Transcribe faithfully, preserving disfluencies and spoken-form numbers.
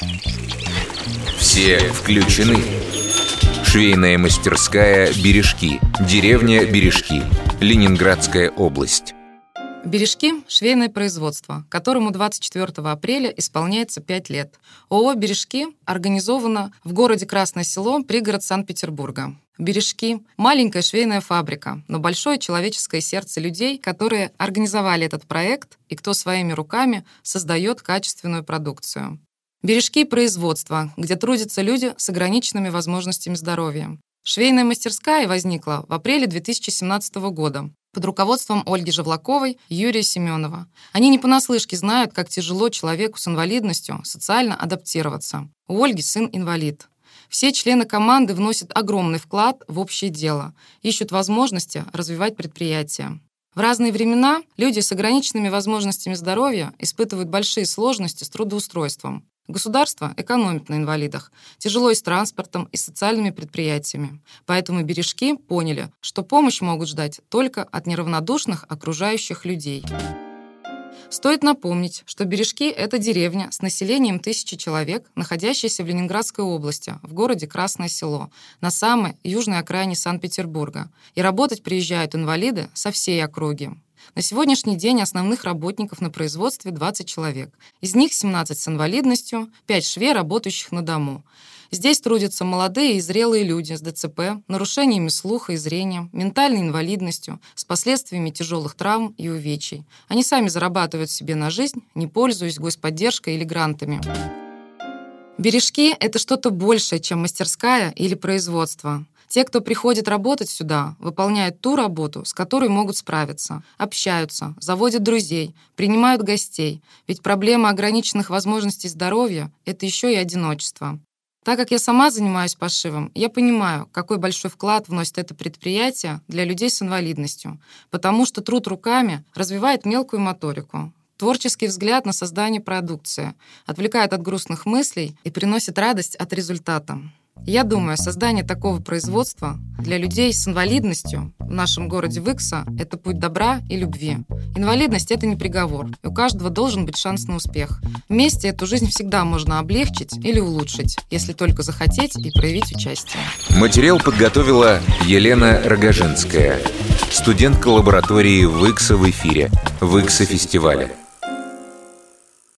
Все включены. Швейная мастерская «Бережки», деревня Бережки, Ленинградская область. «Бережки» – швейное производство, которому двадцать четвёртого апреля исполняется пять лет. ООО «Бережки» организовано в городе Красное Село, пригород Санкт-Петербурга. «Бережки» – маленькая швейная фабрика, но большое человеческое сердце людей, которые организовали этот проект и кто своими руками создает качественную продукцию. «Бережки» – производство, где трудятся люди с ограниченными возможностями здоровья. Швейная мастерская возникла в апреле две тысячи семнадцатого года под руководством Ольги Живлаковой и Юрия Семенова. Они не понаслышке знают, как тяжело человеку с инвалидностью социально адаптироваться. У Ольги сын инвалид. Все члены команды вносят огромный вклад в общее дело, ищут возможности развивать предприятие. В разные времена люди с ограниченными возможностями здоровья испытывают большие сложности с трудоустройством. Государство экономит на инвалидах, тяжело и с транспортом, и с социальными предприятиями. Поэтому «Бережки» поняли, что помощь могут ждать только от неравнодушных окружающих людей. Стоит напомнить, что «Бережки» — это деревня с населением тысячи человек, находящаяся в Ленинградской области, в городе Красное Село, на самой южной окраине Санкт-Петербурга. И работать приезжают инвалиды со всей округи. На сегодняшний день основных работников на производстве двадцать человек. Из них семнадцать с инвалидностью, пять швей, работающих на дому. Здесь трудятся молодые и зрелые люди с ДЦП, нарушениями слуха и зрения, ментальной инвалидностью, с последствиями тяжелых травм и увечий. Они сами зарабатывают себе на жизнь, не пользуясь господдержкой или грантами. «Бережки» — это что-то большее, чем мастерская или производство. Те, кто приходит работать сюда, выполняют ту работу, с которой могут справиться, общаются, заводят друзей, принимают гостей, ведь проблема ограниченных возможностей здоровья — это еще и одиночество. Так как я сама занимаюсь пошивом, я понимаю, какой большой вклад вносит это предприятие для людей с инвалидностью, потому что труд руками развивает мелкую моторику, творческий взгляд на создание продукции, отвлекает от грустных мыслей и приносит радость от результата. Я думаю, создание такого производства для людей с инвалидностью в нашем городе Выкса — это путь добра и любви. Инвалидность — это не приговор, и у каждого должен быть шанс на успех. Вместе эту жизнь всегда можно облегчить или улучшить, если только захотеть и проявить участие. Материал подготовила Елена Рогожинская, студентка лаборатории Выкса в эфире Выкса фестиваля.